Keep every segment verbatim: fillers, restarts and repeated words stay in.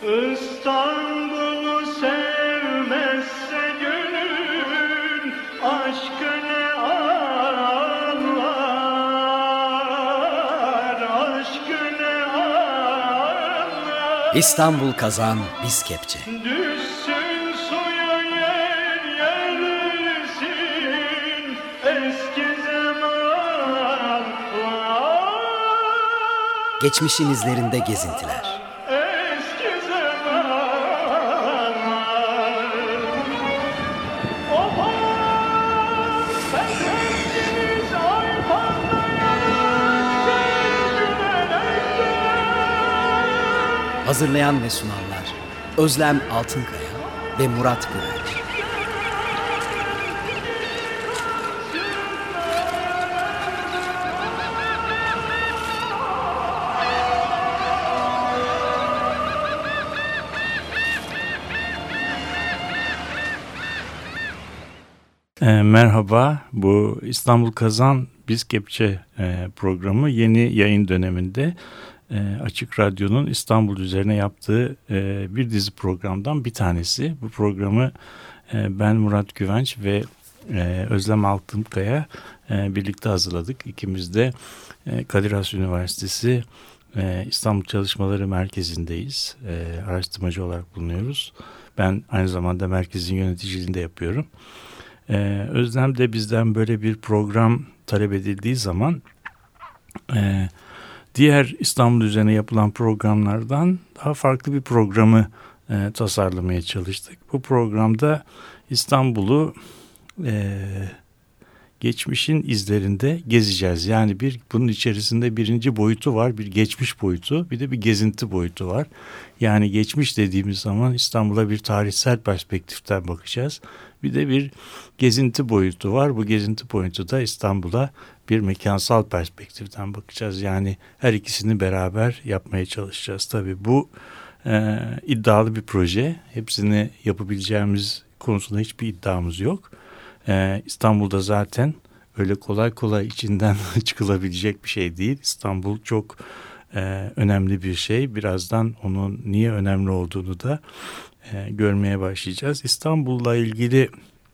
İstanbul'u sevmezse gönül aşkı ne anlar, aşkı ne anlar. İstanbul kazan, biz kepçe. Düşsün suya yer yersin eski zamanlar. Geçmişin izlerinde gezintiler. Hazırlayan ve sunanlar Özlem Altınkaya ve Murat Güvenç. E, merhaba, bu İstanbul Kazan Biz Kepçe e, programı yeni yayın döneminde e, Açık Radyo'nun İstanbul üzerine yaptığı e, bir dizi programdan bir tanesi. Bu programı e, ben Murat Güvenç ve e, Özlem Altınkaya e, birlikte hazırladık. İkimiz de e, Kadir Has Üniversitesi e, İstanbul Çalışmaları Merkezi'ndeyiz. E, araştırmacı olarak bulunuyoruz. Ben aynı zamanda merkezin yöneticiliğini de yapıyorum. Ee, Özlem de bizden böyle bir program talep edildiği zaman e, diğer İstanbul üzerine yapılan programlardan daha farklı bir programı e, tasarlamaya çalıştık. Bu programda İstanbul'u e, geçmişin izlerinde gezeceğiz. Yani bir bunun içerisinde birinci boyutu var, bir geçmiş boyutu, bir de bir gezinti boyutu var. Yani geçmiş dediğimiz zaman İstanbul'a bir tarihsel perspektiften bakacağız. Bir de bir gezinti boyutu var. Bu gezinti boyutu da İstanbul'a bir mekansal perspektiften bakacağız. Yani her ikisini beraber yapmaya çalışacağız. Tabii bu e, iddialı bir proje. Hepsini yapabileceğimiz konusunda hiçbir iddiamız yok. E, İstanbul'da zaten öyle kolay kolay içinden çıkılabilecek bir şey değil. İstanbul çok e, önemli bir şey. Birazdan onun niye önemli olduğunu da E, görmeye başlayacağız. İstanbul'la ilgili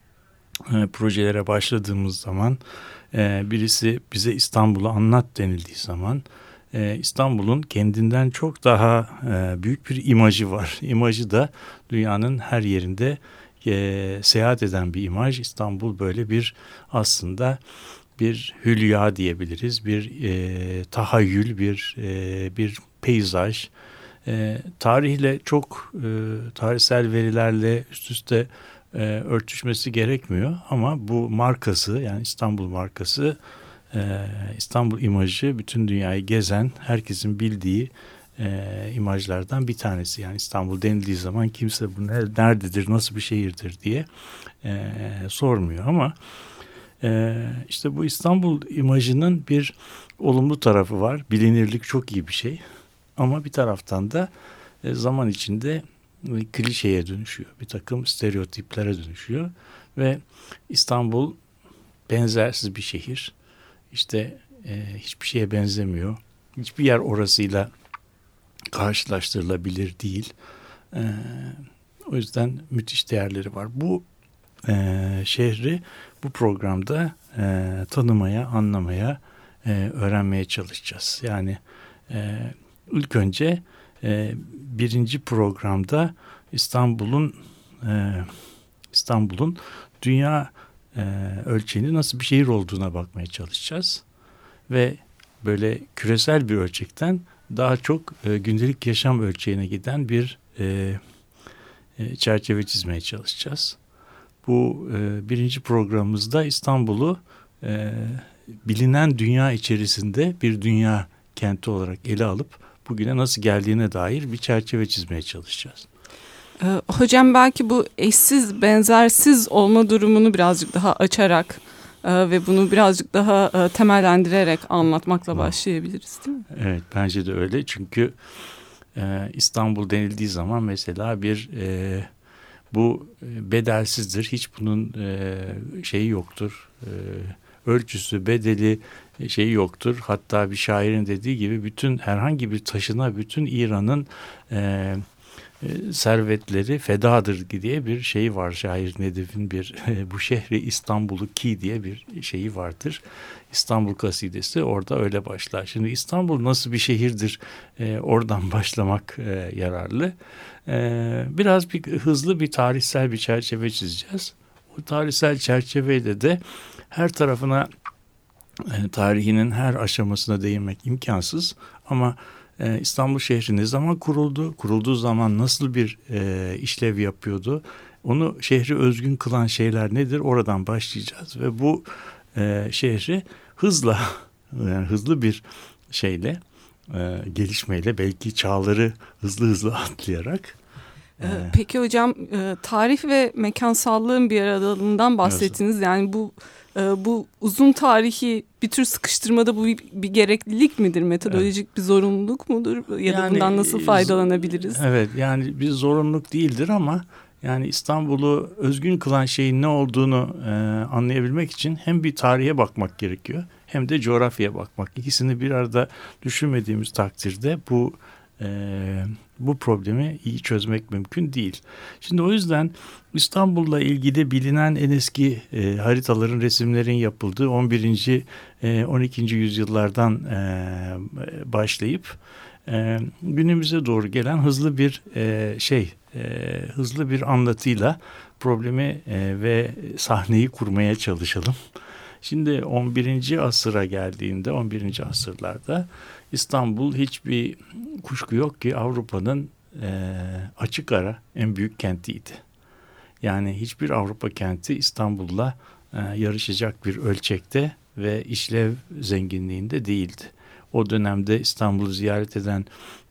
e, projelere başladığımız zaman e, birisi bize İstanbul'u anlat denildiği zaman e, İstanbul'un kendinden çok daha e, büyük bir imajı var. İmajı da dünyanın her yerinde e, seyahat eden bir imaj. İstanbul böyle bir aslında bir hülya diyebiliriz. Bir e, tahayyül, bir e, bir peyzaj. E, tarihle çok e, tarihsel verilerle üst üste e, örtüşmesi gerekmiyor ama bu markası, yani İstanbul markası, e, İstanbul imajı bütün dünyayı gezen, herkesin bildiği e, imajlardan bir tanesi. Yani İstanbul denildiği zaman kimse bu nerededir, nasıl bir şehirdir diye e, sormuyor ama e, işte bu İstanbul imajının bir olumlu tarafı var. Bilinirlik çok iyi bir şey. Ama bir taraftan da zaman içinde klişeye dönüşüyor. Bir takım stereotiplere dönüşüyor. Ve İstanbul benzersiz bir şehir. İşte e, hiçbir şeye benzemiyor. Hiçbir yer orasıyla karşılaştırılabilir değil. E, o yüzden müthiş değerleri var. Bu e, şehri bu programda e, tanımaya, anlamaya, e, öğrenmeye çalışacağız. Yani e, İlk önce e, birinci programda İstanbul'un e, İstanbul'un dünya e, ölçeğinde nasıl bir şehir olduğuna bakmaya çalışacağız ve böyle küresel bir ölçekten daha çok e, gündelik yaşam ölçeğine giden bir e, e, çerçeve çizmeye çalışacağız. Bu e, birinci programımızda İstanbul'u e, bilinen dünya içerisinde bir dünya kenti olarak ele alıp bugüne nasıl geldiğine dair bir çerçeve çizmeye çalışacağız. Ee, hocam belki bu eşsiz, benzersiz olma durumunu birazcık daha açarak e, ve bunu birazcık daha e, temellendirerek anlatmakla başlayabiliriz, değil mi? Evet, bence de öyle. Çünkü e, İstanbul denildiği zaman mesela bir e, bu bedelsizdir. Hiç bunun e, şeyi yoktur. E, ölçüsü, bedeli şeyi yoktur. Hatta bir şairin dediği gibi bütün herhangi bir taşına bütün İran'ın e, e, servetleri fedadır diye bir şey var. Şair Nedif'in bir e, bu şehri İstanbul'u ki diye bir şeyi vardır. İstanbul kasidesi orada öyle başlar. Şimdi İstanbul nasıl bir şehirdir? E, oradan başlamak e, yararlı. E, biraz bir hızlı bir tarihsel bir çerçeve çizeceğiz. O tarihsel çerçeveyle de her tarafına e, tarihinin her aşamasına değinmek imkansız. Ama e, İstanbul şehri ne zaman kuruldu? Kurulduğu zaman nasıl bir e, işlev yapıyordu? Onu şehri özgün kılan şeyler nedir? Oradan başlayacağız ve bu e, şehri hızla, yani hızlı bir şeyle, e, gelişmeyle, belki çağları hızlı hızlı atlayarak. E, Peki hocam, e, tarih ve mekansallığın bir aradalığından bahsettiniz. Evet. Yani bu e, bu uzun tarihi bir tür sıkıştırmada bu bir, bir gereklilik midir? Metodolojik evet. bir zorunluluk mudur? Ya yani, da bundan nasıl faydalanabiliriz? Evet, yani bir zorunluluk değildir ama yani İstanbul'u özgün kılan şeyin ne olduğunu e, anlayabilmek için hem bir tarihe bakmak gerekiyor hem de coğrafyaya bakmak. İkisini bir arada düşünmediğimiz takdirde bu e, bu problemi iyi çözmek mümkün değil. Şimdi o yüzden İstanbul'la ilgili bilinen en eski e, haritaların, resimlerin yapıldığı on birinci E, on ikinci yüzyıllardan e, başlayıp e, günümüze doğru gelen hızlı bir e, şey, e, hızlı bir anlatıyla problemi e, ve sahneyi kurmaya çalışalım. Şimdi on birinci asıra geldiğinde, on birinci asırlarda İstanbul hiçbir kuşku yok ki Avrupa'nın e, açık ara en büyük kentiydi. Yani hiçbir Avrupa kenti İstanbul'la e, yarışacak bir ölçekte ve işlev zenginliğinde değildi. O dönemde İstanbul'u ziyaret eden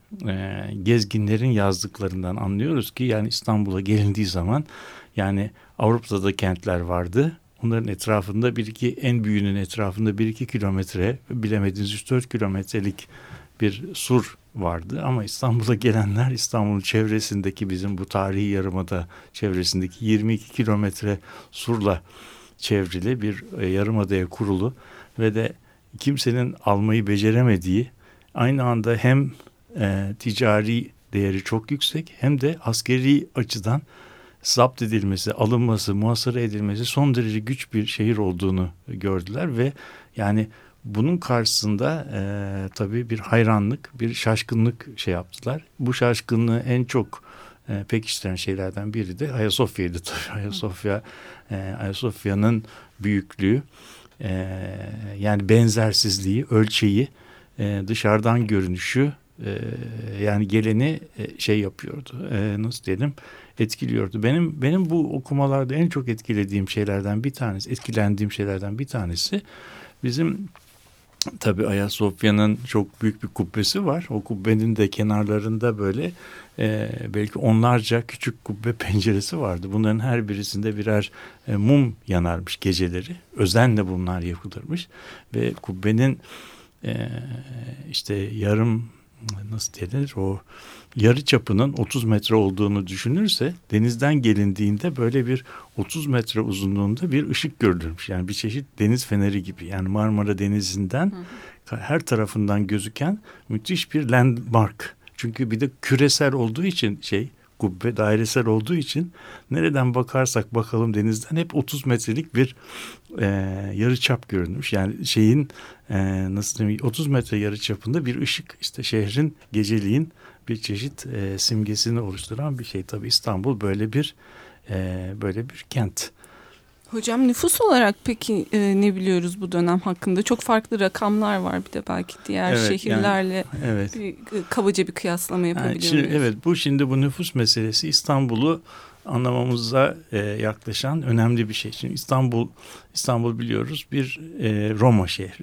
e, gezginlerin yazdıklarından anlıyoruz ki yani İstanbul'a gelindiği zaman yani Avrupa'da da kentler vardı. Onların etrafında bir iki, en büyüğünün etrafında bir iki kilometre, bilemediğiniz üç dört kilometrelik bir sur vardı. Ama İstanbul'a gelenler İstanbul'un çevresindeki bizim bu tarihi yarımada çevresindeki yirmi iki kilometre surla çevrili bir e, yarımadaya kurulu ve de kimsenin almayı beceremediği, aynı anda hem e, ticari değeri çok yüksek hem de askeri açıdan zapt edilmesi, alınması, muhasara edilmesi son derece güç bir şehir olduğunu gördüler ve yani bunun karşısında e, tabii bir hayranlık, bir şaşkınlık şey yaptılar. Bu şaşkınlığı en çok e, pekiştiren şeylerden biri de Ayasofya'ydı tabii. Ayasofya, e, Ayasofya'nın büyüklüğü, e, yani benzersizliği, ölçeği, e, dışarıdan görünüşü, e, yani geleni e, şey yapıyordu. E, nasıl diyelim? Etkiliyordu. Benim benim bu okumalarda en çok etkilediğim şeylerden bir tanesi, etkilendiğim şeylerden bir tanesi bizim tabii Ayasofya'nın çok büyük bir kubbesi var. O kubbenin de kenarlarında böyle e, belki onlarca küçük kubbe penceresi vardı. Bunların her birisinde birer e, mum yanarmış geceleri. Özenle bunlar yakılırmış ve kubbenin e, işte yarım nasıl denir o yarı çapının otuz metre olduğunu düşünürse denizden gelindiğinde böyle bir otuz metre uzunluğunda bir ışık görülürmüş. Yani bir çeşit deniz feneri gibi. Yani Marmara Denizi'nden hı. her tarafından gözüken müthiş bir landmark. Çünkü bir de küresel olduğu için şey kubbe dairesel olduğu için nereden bakarsak bakalım denizden hep otuz metrelik bir e, yarıçap görünmüş. Yani şeyin e, nasıl diyeyim otuz metre yarıçapında bir ışık işte şehrin geceliğin bir çeşit e, simgesini oluşturan bir şey. Tabii İstanbul böyle bir e, böyle bir kent. Hocam nüfus olarak peki e, ne biliyoruz bu dönem hakkında? Çok farklı rakamlar var bir de belki diğer evet, şehirlerle yani, evet. bir, kabaca bir kıyaslama yapabiliyor yani muyuz? Evet, bu şimdi bu nüfus meselesi İstanbul'u anlamamıza e, yaklaşan önemli bir şey. Şimdi İstanbul İstanbul biliyoruz bir e, Roma şehri.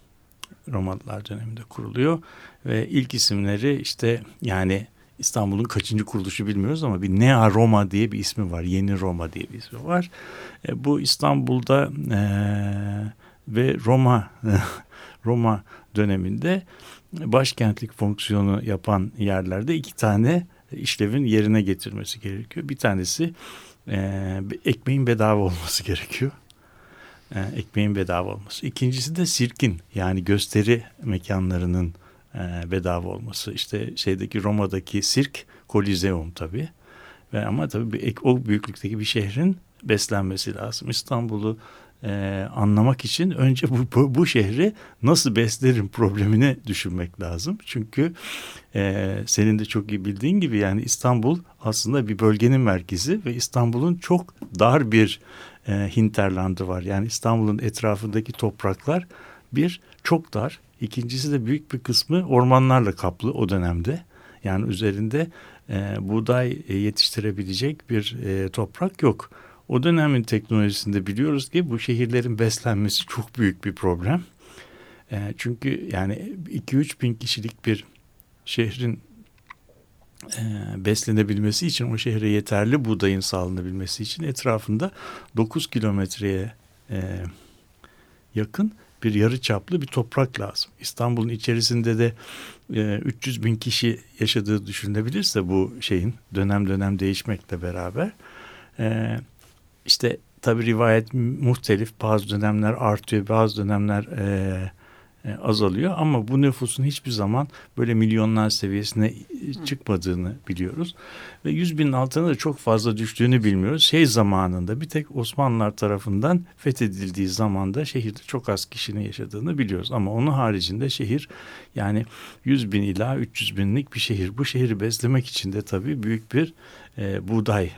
Romalılar döneminde kuruluyor ve ilk isimleri işte yani İstanbul'un kaçıncı kuruluşu bilmiyoruz ama bir Nea Roma diye bir ismi var. Yeni Roma diye bir ismi var. E, bu İstanbul'da e, ve Roma Roma döneminde başkentlik fonksiyonu yapan yerlerde iki tane işlevin yerine getirmesi gerekiyor. Bir tanesi e, ekmeğin bedava olması gerekiyor. E, ekmeğin bedava olması. İkincisi de sirkin yani gösteri mekanlarının e, bedava olması. İşte şeydeki Roma'daki sirk, Kolizeum tabii. Ve ama tabii bir, o büyüklükteki bir şehrin beslenmesi lazım. İstanbul'u e, anlamak için önce bu, bu, bu şehri nasıl beslerim problemini düşünmek lazım. Çünkü e, senin de çok iyi bildiğin gibi yani İstanbul aslında bir bölgenin merkezi ve İstanbul'un çok dar bir e, hinterlandı var. Yani İstanbul'un etrafındaki topraklar bir çok dar. İkincisi de büyük bir kısmı ormanlarla kaplı o dönemde. Yani üzerinde e, buğday yetiştirebilecek bir e, toprak yok. O dönemin teknolojisinde biliyoruz ki bu şehirlerin beslenmesi çok büyük bir problem. E, çünkü yani iki üç bin kişilik bir şehrin e, beslenebilmesi için, o şehre yeterli buğdayın sağlanabilmesi için etrafında dokuz kilometreye e, yakın bir yarı çaplı bir toprak lazım. İstanbul'un içerisinde de e, üç yüz bin kişi yaşadığı düşünülebilirse bu şeyin dönem dönem değişmekle beraber e, işte tabii rivayet muhtelif, bazı dönemler artıyor, bazı dönemler e, e, azalıyor ama bu nüfusun hiçbir zaman böyle milyonlar seviyesine çıkmadığını biliyoruz ve yüz binin altına da çok fazla düştüğünü bilmiyoruz. Şey zamanında bir tek Osmanlılar tarafından fethedildiği zamanda şehirde çok az kişinin yaşadığını biliyoruz ama onun haricinde şehir yani yüz bin ila üç yüz binlik bir şehir. Bu şehri beslemek için de tabii büyük bir e, buğday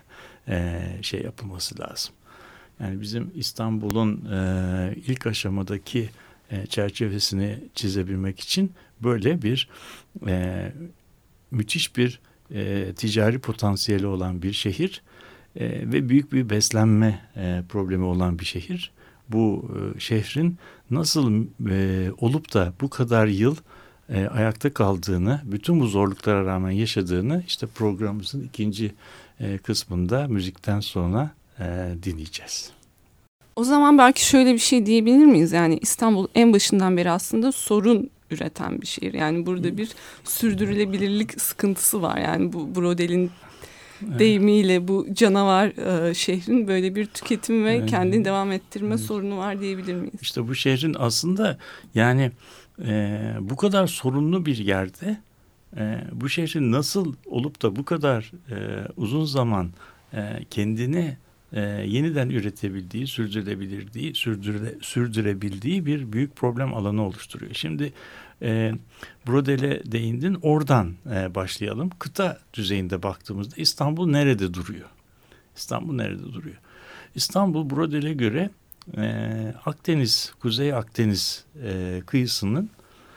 e, şey yapılması lazım. Yani bizim İstanbul'un e, ilk aşamadaki e, çerçevesini çizebilmek için böyle bir e, müthiş bir e, ticari potansiyeli olan bir şehir e, ve büyük bir beslenme e, problemi olan bir şehir. Bu e, şehrin nasıl e, olup da bu kadar yıl e, ayakta kaldığını, bütün bu zorluklara rağmen yaşadığını işte programımızın ikinci e, kısmında müzikten sonra e, dinleyeceğiz. O zaman belki şöyle bir şey diyebilir miyiz? Yani İstanbul en başından beri aslında sorun üreten bir şehir. Yani burada bir sürdürülebilirlik sıkıntısı var. Yani bu Brodel'in deyimiyle bu canavar e, şehrin böyle bir tüketim ve kendini devam ettirme evet. sorunu var diyebilir miyiz? İşte bu şehrin aslında yani e, bu kadar sorunlu bir yerde e, bu şehrin nasıl olup da bu kadar e, uzun zaman e, kendini e, yeniden üretebildiği, sürdürebildiği, sürdüre, sürdürebildiği bir büyük problem alanı oluşturuyor. Şimdi e, Brodel'e değindin, oradan e, başlayalım. Kıta düzeyinde baktığımızda İstanbul nerede duruyor? İstanbul nerede duruyor? İstanbul Brodel'e göre e, Akdeniz, Kuzey Akdeniz e, kıyısının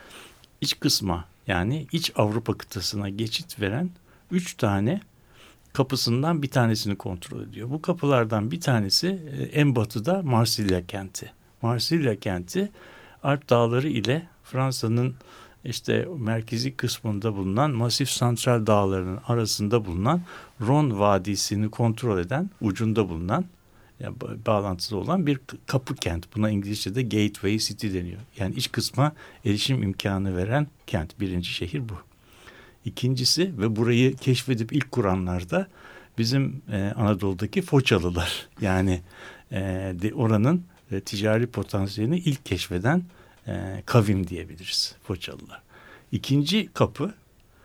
iç kısma, yani iç Avrupa kıtasına geçit veren üç tane kapısından bir tanesini kontrol ediyor. Bu kapılardan bir tanesi e, en batıda Marsilya kenti. Marsilya kenti Alp Dağları ile Fransa'nın işte merkezi kısmında bulunan Masif Santral Dağları'nın arasında bulunan Rhône Vadisi'ni kontrol eden, ucunda bulunan, yani bağlantısı olan bir kapı kent. Buna İngilizce'de Gateway City deniyor. Yani iç kısma erişim imkanı veren kent. Birinci şehir bu. İkincisi ve burayı keşfedip ilk kuranlar da bizim e, Anadolu'daki Foçalılar. Yani e, de, oranın e, ticari potansiyelini ilk keşfeden e, kavim diyebiliriz, Foçalılar. İkinci kapı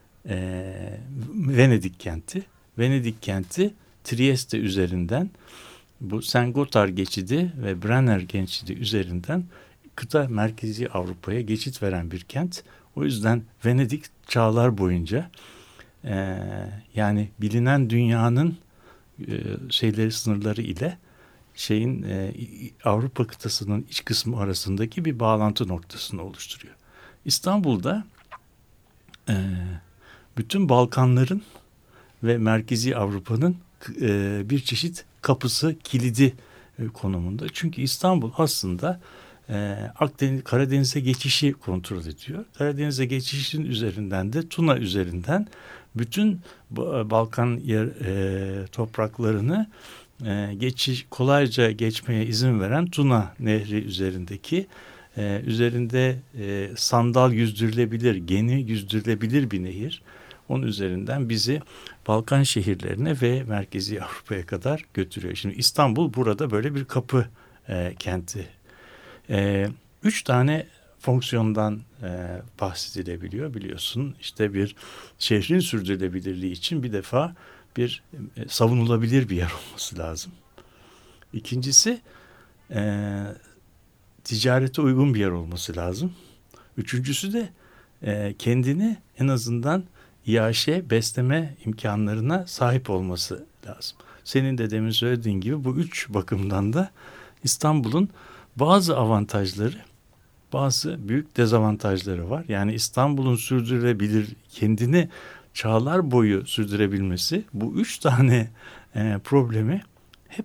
e, Venedik kenti. Venedik kenti Trieste üzerinden bu Saint-Gothard geçidi ve Brenner geçidi üzerinden kıta merkezi Avrupa'ya geçit veren bir kent. O yüzden Venedik çağlar boyunca e, yani bilinen dünyanın e, şeyleri sınırları ile şeyin e, Avrupa kıtasının iç kısmı arasındaki bir bağlantı noktasını oluşturuyor. İstanbul'da e, bütün Balkanların ve merkezi Avrupa'nın e, bir çeşit kapısı, kilidi e, konumunda. Çünkü İstanbul aslında e, Akdeniz, Karadeniz'e geçişi kontrol ediyor. Karadeniz'e geçişin üzerinden de Tuna üzerinden bütün Balkan yer, e, topraklarını e, geçiş, kolayca geçmeye izin veren Tuna Nehri üzerindeki e, üzerinde e, sandal yüzdürülebilir, gemi yüzdürülebilir bir nehir. Onun üzerinden bizi Balkan şehirlerine ve merkezi Avrupa'ya kadar götürüyor. Şimdi İstanbul burada böyle bir kapı e, kenti. E, üç tane fonksiyondan e, bahsedilebiliyor biliyorsun. İşte bir şehrin sürdürülebilirliği için bir defa bir e, savunulabilir bir yer olması lazım. İkincisi e, ticarete uygun bir yer olması lazım. Üçüncüsü de e, kendini en azından iaşe, besleme imkanlarına sahip olması lazım. Senin de demin söylediğin gibi bu üç bakımdan da İstanbul'un bazı avantajları, bazı büyük dezavantajları var. Yani İstanbul'un sürdürülebilir, kendini çağlar boyu sürdürebilmesi bu üç tane e, problemi hep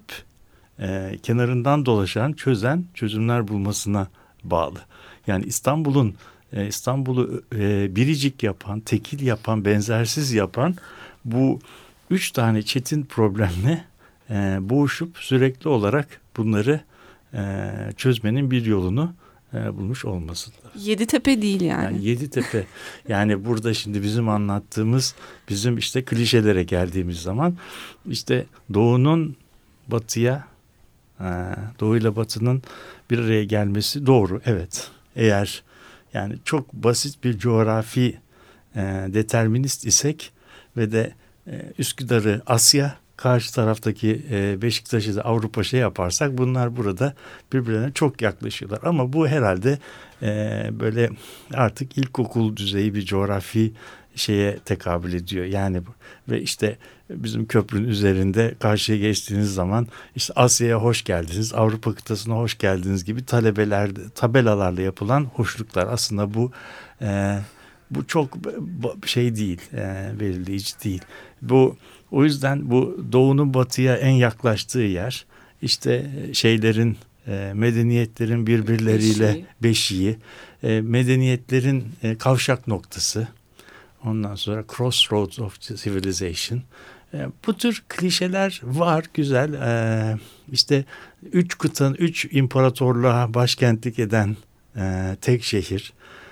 e, kenarından dolaşan, çözen, çözümler bulmasına bağlı. Yani İstanbul'un e, İstanbul'u e, biricik yapan, tekil yapan, benzersiz yapan bu üç tane çetin problemle e, boğuşup sürekli olarak bunları e, çözmenin bir yolunu e, bulmuş olması lazım. Yeditepe değil yani. yani Yeditepe. Yani burada şimdi bizim anlattığımız, bizim işte klişelere geldiğimiz zaman işte doğunun batıya, e, doğuyla batının bir araya gelmesi doğru. Evet. Eğer yani çok basit bir coğrafi e, determinist isek ve de e, Üsküdar'ı Asya, karşı taraftaki e, Beşiktaş'ı da Avrupa şey yaparsak bunlar burada birbirlerine çok yaklaşıyorlar. Ama bu herhalde e, böyle artık ilkokul düzeyi bir coğrafi şeye tekabül ediyor. Yani ve işte bizim köprünün üzerinde karşıya geçtiğiniz zaman işte Asya'ya hoş geldiniz, Avrupa kıtasına hoş geldiniz gibi talebeler, tabelalarla yapılan hoşluklar. Aslında bu e, bu çok şey değil, e, belirleyici değil. Bu o yüzden bu doğunun batıya en yaklaştığı yer işte şeylerin, e, medeniyetlerin birbirleriyle beşiği, beşiği e, medeniyetlerin e, kavşak noktası. Ondan sonra crossroads of civilization. E, bu tür klişeler var, güzel. E, işte üç kıtanın, üç imparatorluğa başkentlik eden e, tek şehir.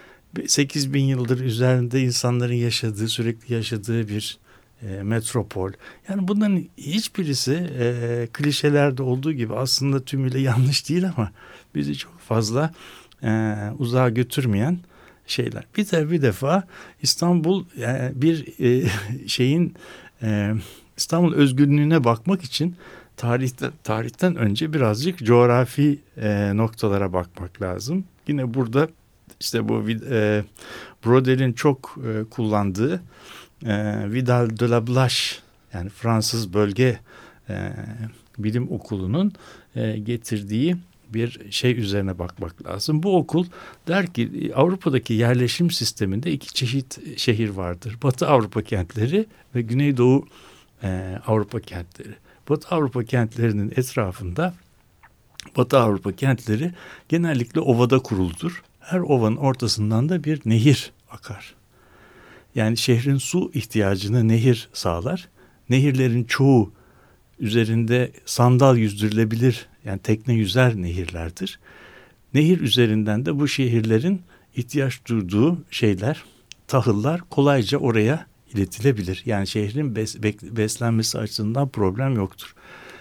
sekiz bin yıldır üzerinde insanların yaşadığı, sürekli yaşadığı bir e, metropol. Yani bunların hiçbirisi e, klişelerde olduğu gibi aslında tümüyle yanlış değil ama bizi çok fazla e, uzağa götürmeyen şeyler. Bir de bir defa İstanbul yani bir e, şeyin e, İstanbul özgünlüğüne bakmak için tarihten tarihten önce birazcık coğrafi e, noktalara bakmak lazım. Yine burada işte bu e, Brodel'in çok e, kullandığı e, Vidal de la Blache yani Fransız bölge e, bilim okulunun e, getirdiği bir şey üzerine bakmak lazım. Bu okul der ki Avrupa'daki yerleşim sisteminde iki çeşit şehir vardır. Batı Avrupa kentleri ve Güneydoğu e, Avrupa kentleri. Batı Avrupa kentlerinin etrafında Batı Avrupa kentleri genellikle ovada kuruludur. Her ovanın ortasından da bir nehir akar. Yani şehrin su ihtiyacını nehir sağlar. Nehirlerin çoğu üzerinde sandal yüzdürülebilir yani tekne yüzer nehirlerdir. Nehir üzerinden de bu şehirlerin ihtiyaç duyduğu şeyler, tahıllar kolayca oraya iletilebilir. Yani şehrin bes, beslenmesi açısından problem yoktur.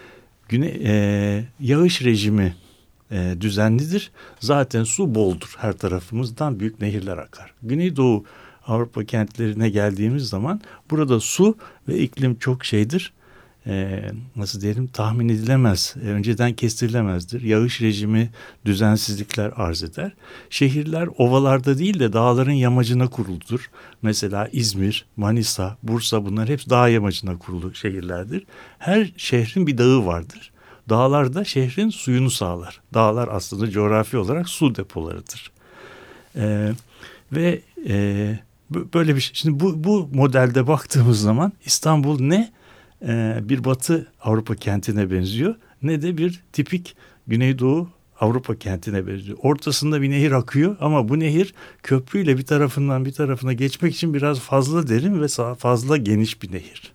Güne, e, yağış rejimi e, düzenlidir. Zaten su boldur. Her tarafımızdan büyük nehirler akar. Güneydoğu Avrupa kentlerine geldiğimiz zaman burada su ve iklim çok şeydir. Ee, nasıl diyelim tahmin edilemez, önceden kestirilemezdir. Yağış rejimi düzensizlikler arz eder. Şehirler ovalarda değil de dağların yamacına kuruludur. Mesela İzmir, Manisa, Bursa bunlar hep dağ yamacına kurulu şehirlerdir. Her şehrin bir dağı vardır. Dağlar da şehrin suyunu sağlar. Dağlar aslında coğrafi olarak su depolarıdır. Ee, ve e, böyle bir şey. Şimdi bu, bu modelde baktığımız zaman İstanbul ne bir Batı Avrupa kentine benziyor ne de bir tipik Güneydoğu Avrupa kentine benziyor. Ortasında bir nehir akıyor ama bu nehir köprüyle bir tarafından bir tarafına geçmek için biraz fazla derin ve fazla geniş bir nehir.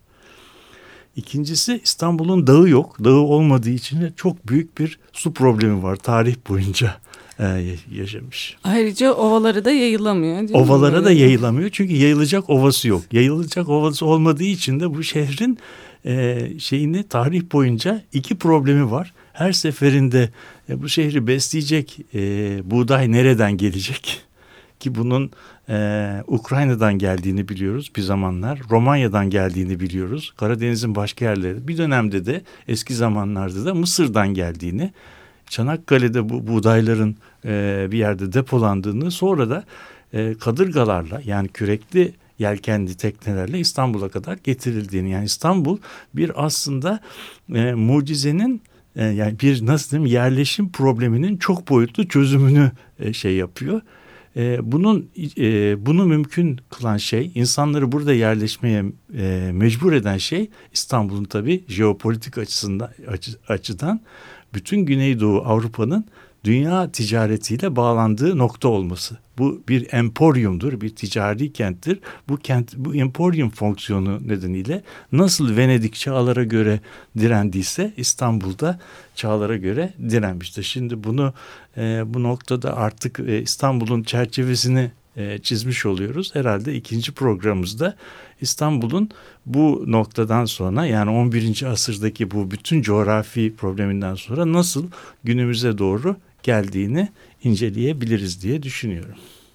İkincisi İstanbul'un dağı yok. Dağı olmadığı için de çok büyük bir su problemi var tarih boyunca yaşamış. Ayrıca ovalara da yayılamıyor. Değil ovalara mi? da yayılamıyor çünkü yayılacak ovası yok. Yayılacak ovası olmadığı için de bu şehrin e, şeyini tarih boyunca iki problemi var. her seferinde e, bu şehri besleyecek e, buğday nereden gelecek? Ki bunun e, Ukrayna'dan geldiğini biliyoruz bir zamanlar. Romanya'dan geldiğini biliyoruz. Karadeniz'in başka yerleri. Bir dönemde de eski zamanlarda da Mısır'dan geldiğini, Çanakkale'de bu buğdayların e, bir yerde depolandığını, sonra da e, kadırgalarla yani kürekli yelkenli teknelerle İstanbul'a kadar getirildiğini. Yani İstanbul bir aslında e, mucizenin e, yani bir nasıl diyeyim yerleşim probleminin çok boyutlu çözümünü e, şey yapıyor. E, bunun e, bunu mümkün kılan şey, insanları burada yerleşmeye e, mecbur eden şey İstanbul'un tabii jeopolitik açısından açı, açıdan bütün Güneydoğu Avrupa'nın dünya ticaretiyle bağlandığı nokta olması. Bu bir emporyumdur, bir ticari kenttir. Bu kent, bu emporyum fonksiyonu nedeniyle nasıl Venedik çağlara göre direndiyse İstanbul'da çağlara göre direnmiştir. Şimdi bunu e, bu noktada artık e, İstanbul'un çerçevesini e, çizmiş oluyoruz. Herhalde ikinci programımızda İstanbul'un bu noktadan sonra yani on birinci asırdaki bu bütün coğrafi probleminden sonra nasıl günümüze doğru geldiğini inceleyebiliriz diye düşünüyorum.